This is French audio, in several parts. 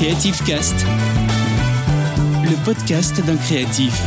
Creative Cast, le podcast d'un créatif.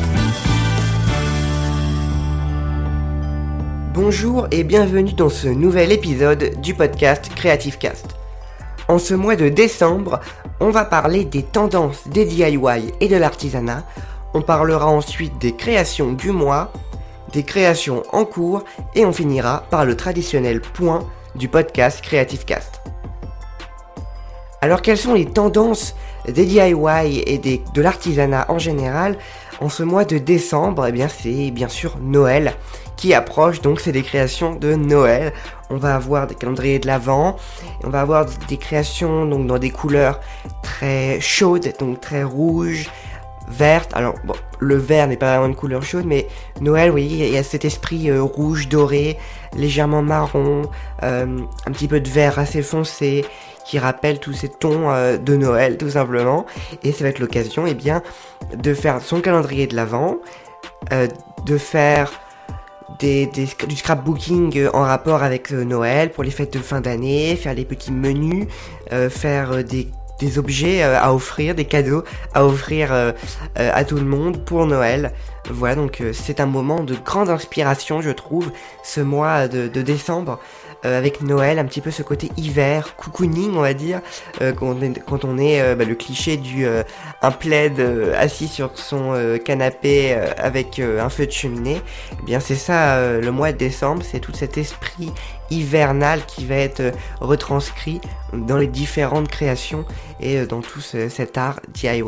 Bonjour et bienvenue dans ce nouvel épisode du podcast Creative Cast. En ce mois de décembre, on va parler des tendances des DIY et de l'artisanat. On parlera ensuite des créations du mois, des créations en cours et on finira par le traditionnel point du podcast Creative Cast. Alors quelles sont les tendances des DIY et de l'artisanat en général en ce mois de décembre? Eh bien c'est bien sûr Noël qui approche, donc c'est des créations de Noël. On va avoir des calendriers de l'Avent, on va avoir des créations donc dans des couleurs très chaudes, donc très rouges, vertes. Alors bon, le vert n'est pas vraiment une couleur chaude, mais Noël, oui, il y a cet esprit rouge doré, légèrement marron, un petit peu de vert assez foncé, qui rappelle tous ces tons de Noël tout simplement. Et ça va être l'occasion de faire son calendrier de l'Avent, de faire du scrapbooking en rapport avec Noël pour les fêtes de fin d'année, faire des petits menus, faire des objets à offrir, des cadeaux à offrir à tout le monde pour Noël. Voilà, donc c'est un moment de grande inspiration, je trouve, ce mois de décembre, avec Noël, un petit peu ce côté hiver, cocooning on va dire, quand on est le cliché du un plaid assis sur son canapé avec un feu de cheminée. Eh bien c'est ça le mois de décembre, c'est tout cet esprit hivernal qui va être retranscrit dans les différentes créations et dans tout cet art DIY.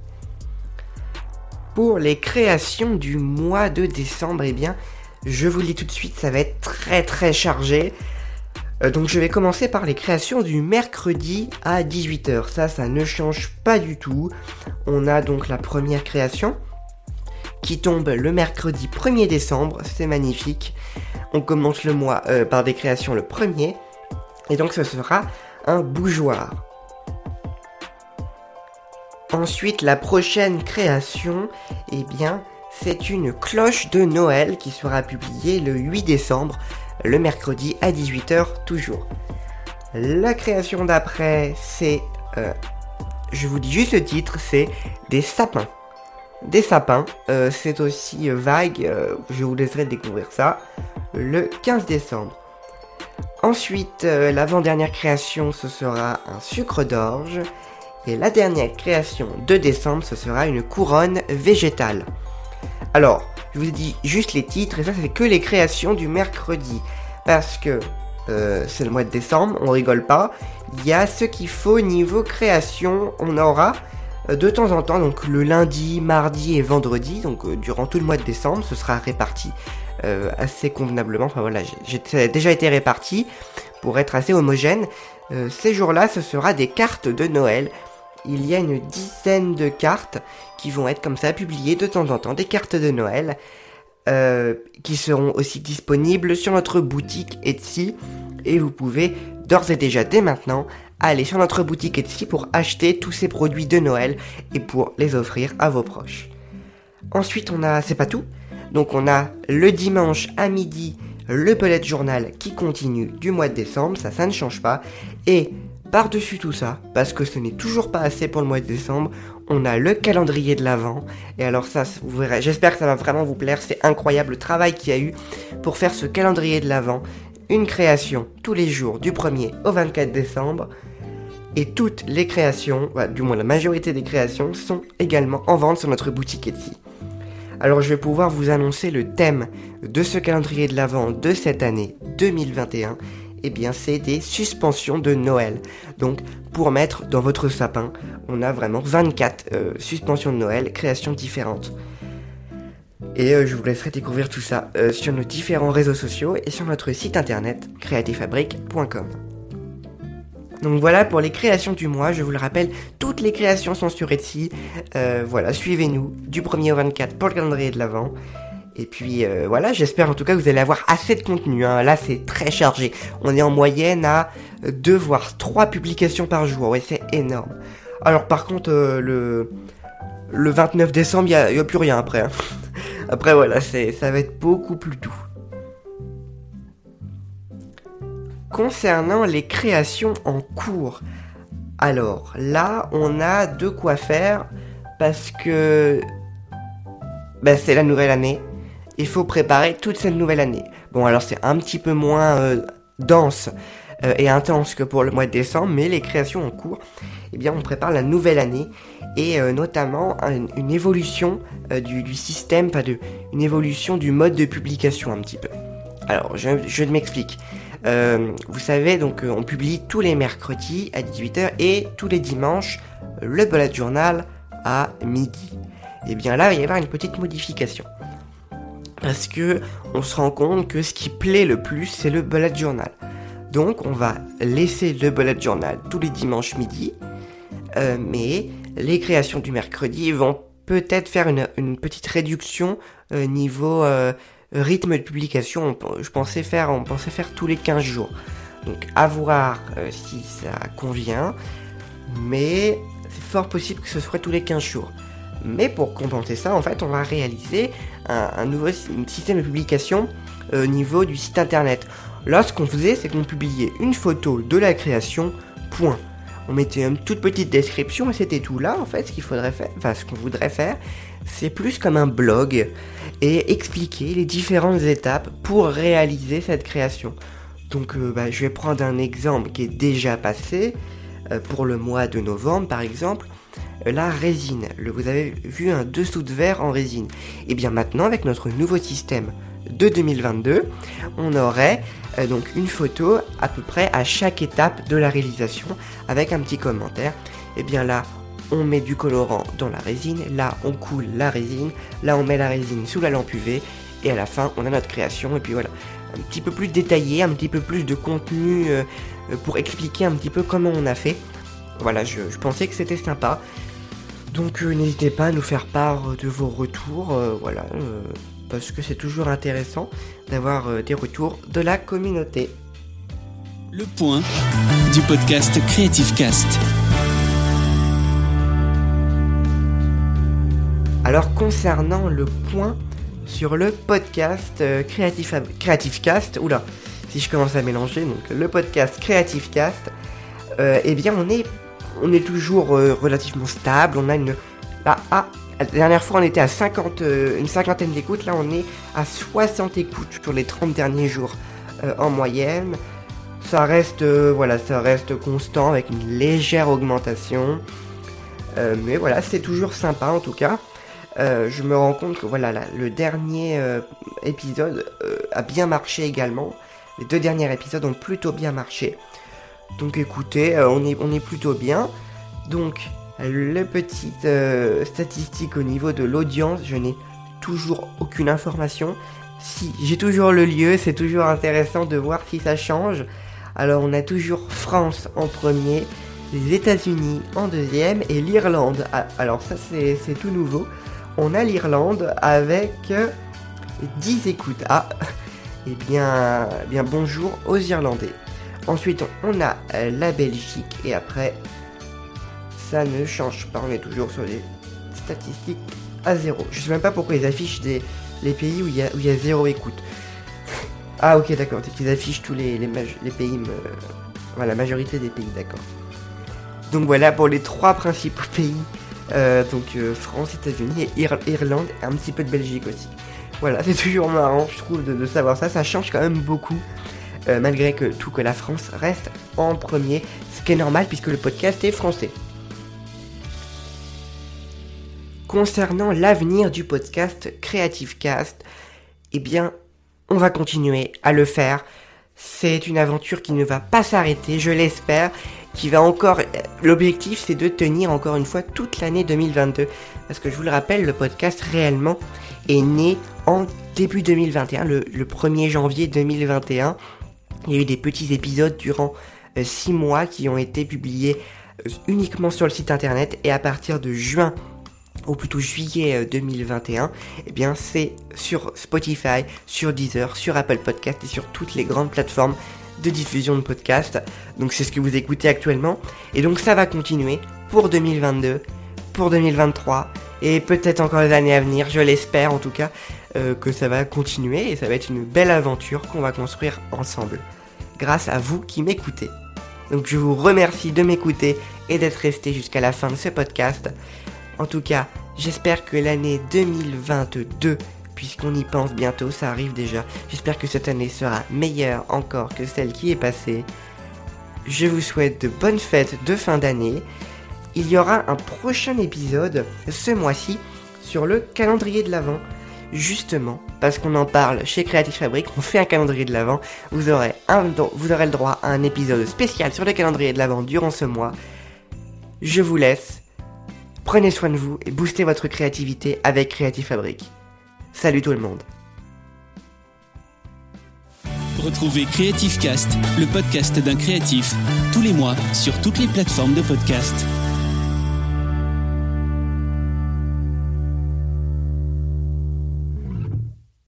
Pour les créations du mois de décembre, eh bien, je vous le dis tout de suite, ça va être très très chargé. Donc je vais commencer par les créations du mercredi à 18h. Ça ne change pas du tout. On a donc la première création qui tombe le mercredi 1er décembre. C'est magnifique. On commence le mois par des créations le 1er. Et donc ce sera un bougeoir. Ensuite, la prochaine création, eh bien, c'est une cloche de Noël qui sera publiée le 8 décembre, le mercredi à 18h toujours. La création d'après, c'est, je vous dis juste le titre, c'est des sapins. Des sapins, c'est aussi vague, je vous laisserai découvrir ça, le 15 décembre. Ensuite, l'avant-dernière création, ce sera un sucre d'orge. Et la dernière création de décembre, ce sera une couronne végétale. Alors, je vous ai dit juste les titres, et ça c'est que les créations du mercredi. Parce que c'est le mois de décembre, on rigole pas. Il y a ce qu'il faut niveau création, on aura de temps en temps, donc le lundi, mardi et vendredi, donc durant tout le mois de décembre, ce sera réparti assez convenablement. Enfin voilà, ça a déjà été réparti pour être assez homogène. Ces jours-là, ce sera des cartes de Noël. Il y a une dizaine de cartes qui vont être comme ça publiées de temps en temps, des cartes de Noël qui seront aussi disponibles sur notre boutique Etsy et vous pouvez d'ores et déjà dès maintenant aller sur notre boutique Etsy pour acheter tous ces produits de Noël et pour les offrir à vos proches. Ensuite c'est pas tout, donc on a le dimanche à midi le bullet journal qui continue du mois de décembre, ça ne change pas, et par-dessus tout ça, parce que ce n'est toujours pas assez pour le mois de décembre, on a le calendrier de l'Avent, et alors ça, vous verrez, j'espère que ça va vraiment vous plaire, c'est incroyable le travail qu'il y a eu pour faire ce calendrier de l'Avent, une création tous les jours du 1er au 24 décembre, et toutes les créations, du moins la majorité des créations, sont également en vente sur notre boutique Etsy. Alors je vais pouvoir vous annoncer le thème de ce calendrier de l'Avent de cette année 2021, eh bien c'est des suspensions de Noël. Donc pour mettre dans votre sapin, on a vraiment 24 suspensions de Noël, créations différentes. Et je vous laisserai découvrir tout ça sur nos différents réseaux sociaux et sur notre site internet creativefabric.com. Donc voilà pour les créations du mois, je vous le rappelle, toutes les créations sont sur Etsy. Voilà, suivez-nous du 1er au 24 pour le calendrier de l'Avent. Et puis voilà, j'espère en tout cas que vous allez avoir assez de contenu, hein. Là c'est très chargé, on est en moyenne à 2 voire 3 publications par jour, ouais c'est énorme. Alors par contre le 29 décembre, il y a plus rien après, hein. Après voilà, ça va être beaucoup plus doux. Concernant les créations en cours, Alors là, on a de quoi faire parce que c'est la nouvelle année. Il faut préparer toute cette nouvelle année. Bon, alors c'est un petit peu moins dense et intense que pour le mois de décembre, mais les créations en cours, eh bien on prépare la nouvelle année et notamment une évolution du système, une évolution du mode de publication un petit peu. Alors, je m'explique. Vous savez, donc on publie tous les mercredis à 18h et tous les dimanches le bullet journal à midi. Et bien là, il va y avoir une petite modification. Parce que on se rend compte que ce qui plaît le plus, c'est le bullet journal. Donc, on va laisser le bullet journal tous les dimanches midi, mais les créations du mercredi vont peut-être faire une petite réduction niveau rythme de publication. On pensait faire tous les 15 jours. Donc, à voir si ça convient, mais c'est fort possible que ce soit tous les 15 jours. Mais pour compenser ça, en fait, on va réaliser un nouveau système de publication au niveau du site internet. Là, ce qu'on faisait, c'est qu'on publiait une photo de la création, point. On mettait une toute petite description et c'était tout. Là, en fait, ce qu'on voudrait faire, c'est plus comme un blog et expliquer les différentes étapes pour réaliser cette création. Donc, je vais prendre un exemple qui est déjà passé pour le mois de novembre, par exemple. La résine, vous avez vu un dessous de verre en résine. Et bien maintenant, avec notre nouveau système de 2022, on aurait donc une photo à peu près à chaque étape de la réalisation avec un petit commentaire. Et bien là, on met du colorant dans la résine, là on coule la résine, là on met la résine sous la lampe UV et à la fin on a notre création. Et puis voilà, un petit peu plus détaillé, un petit peu plus de contenu pour expliquer un petit peu comment on a fait. Voilà, je pensais que c'était sympa. Donc n'hésitez pas à nous faire part de vos retours, parce que c'est toujours intéressant d'avoir des retours de la communauté. Le point du podcast Creative Cast. Alors concernant le point sur le podcast Creative Cast, si je commence à mélanger, donc le podcast Creative Cast, eh bien on est toujours relativement stable. On a la dernière fois on était à une cinquantaine d'écoutes, là on est à 60 écoutes sur les 30 derniers jours en moyenne. Ça reste constant avec une légère augmentation. Mais voilà, c'est toujours sympa en tout cas. Je me rends compte que le dernier épisode a bien marché également. Les 2 derniers épisodes ont plutôt bien marché. Donc écoutez, on est plutôt bien. Donc, les petites statistiques au niveau de l'audience, je n'ai toujours aucune information. Si, j'ai toujours le lieu, c'est toujours intéressant de voir si ça change. Alors on a toujours France en premier, les États-Unis en deuxième et l'Irlande. Alors ça c'est tout nouveau. On a l'Irlande avec 10 écoutes. Eh bien bonjour aux Irlandais. Ensuite, on a la Belgique et après, ça ne change pas. On est toujours sur des statistiques à 0. Je sais même pas pourquoi ils affichent les pays où il y a 0 écoute. Ah ok, d'accord. C'est qu'ils affichent tous les pays, la majorité des pays, d'accord. Donc voilà pour les 3 principaux pays. France, États-Unis et Irlande, et un petit peu de Belgique aussi. Voilà, c'est toujours marrant, je trouve, de savoir ça. Ça change quand même beaucoup. Malgré que la France reste en premier, ce qui est normal puisque le podcast est français. Concernant l'avenir du podcast Creative Cast, eh bien, on va continuer à le faire. C'est une aventure qui ne va pas s'arrêter, je l'espère, l'objectif c'est de tenir encore une fois toute l'année 2022, parce que je vous le rappelle, le podcast réellement est né en début 2021, le 1er janvier 2021. Il y a eu des petits épisodes durant 6 mois qui ont été publiés uniquement sur le site internet, et à partir de juin, ou plutôt juillet 2021, eh bien c'est sur Spotify, sur Deezer, sur Apple Podcast et sur toutes les grandes plateformes de diffusion de podcasts. Donc c'est ce que vous écoutez actuellement, et donc ça va continuer pour 2022, pour 2023 et peut-être encore les années à venir, je l'espère en tout cas, que ça va continuer et ça va être une belle aventure qu'on va construire ensemble, grâce à vous qui m'écoutez. Donc je vous remercie de m'écouter et d'être resté jusqu'à la fin de ce podcast. En tout cas, j'espère que l'année 2022, puisqu'on y pense bientôt, ça arrive déjà, j'espère que cette année sera meilleure encore que celle qui est passée. Je vous souhaite de bonnes fêtes de fin d'année. Il y aura un prochain épisode ce mois-ci sur le calendrier de l'Avent. Justement, parce qu'on en parle chez Creative Fabric, on fait un calendrier de l'Avent. Vous aurez le droit à un épisode spécial sur le calendrier de l'Avent durant ce mois. Je vous laisse. Prenez soin de vous et boostez votre créativité avec Creative Fabric. Salut tout le monde. Retrouvez Creative Cast, le podcast d'un créatif, tous les mois sur toutes les plateformes de podcast.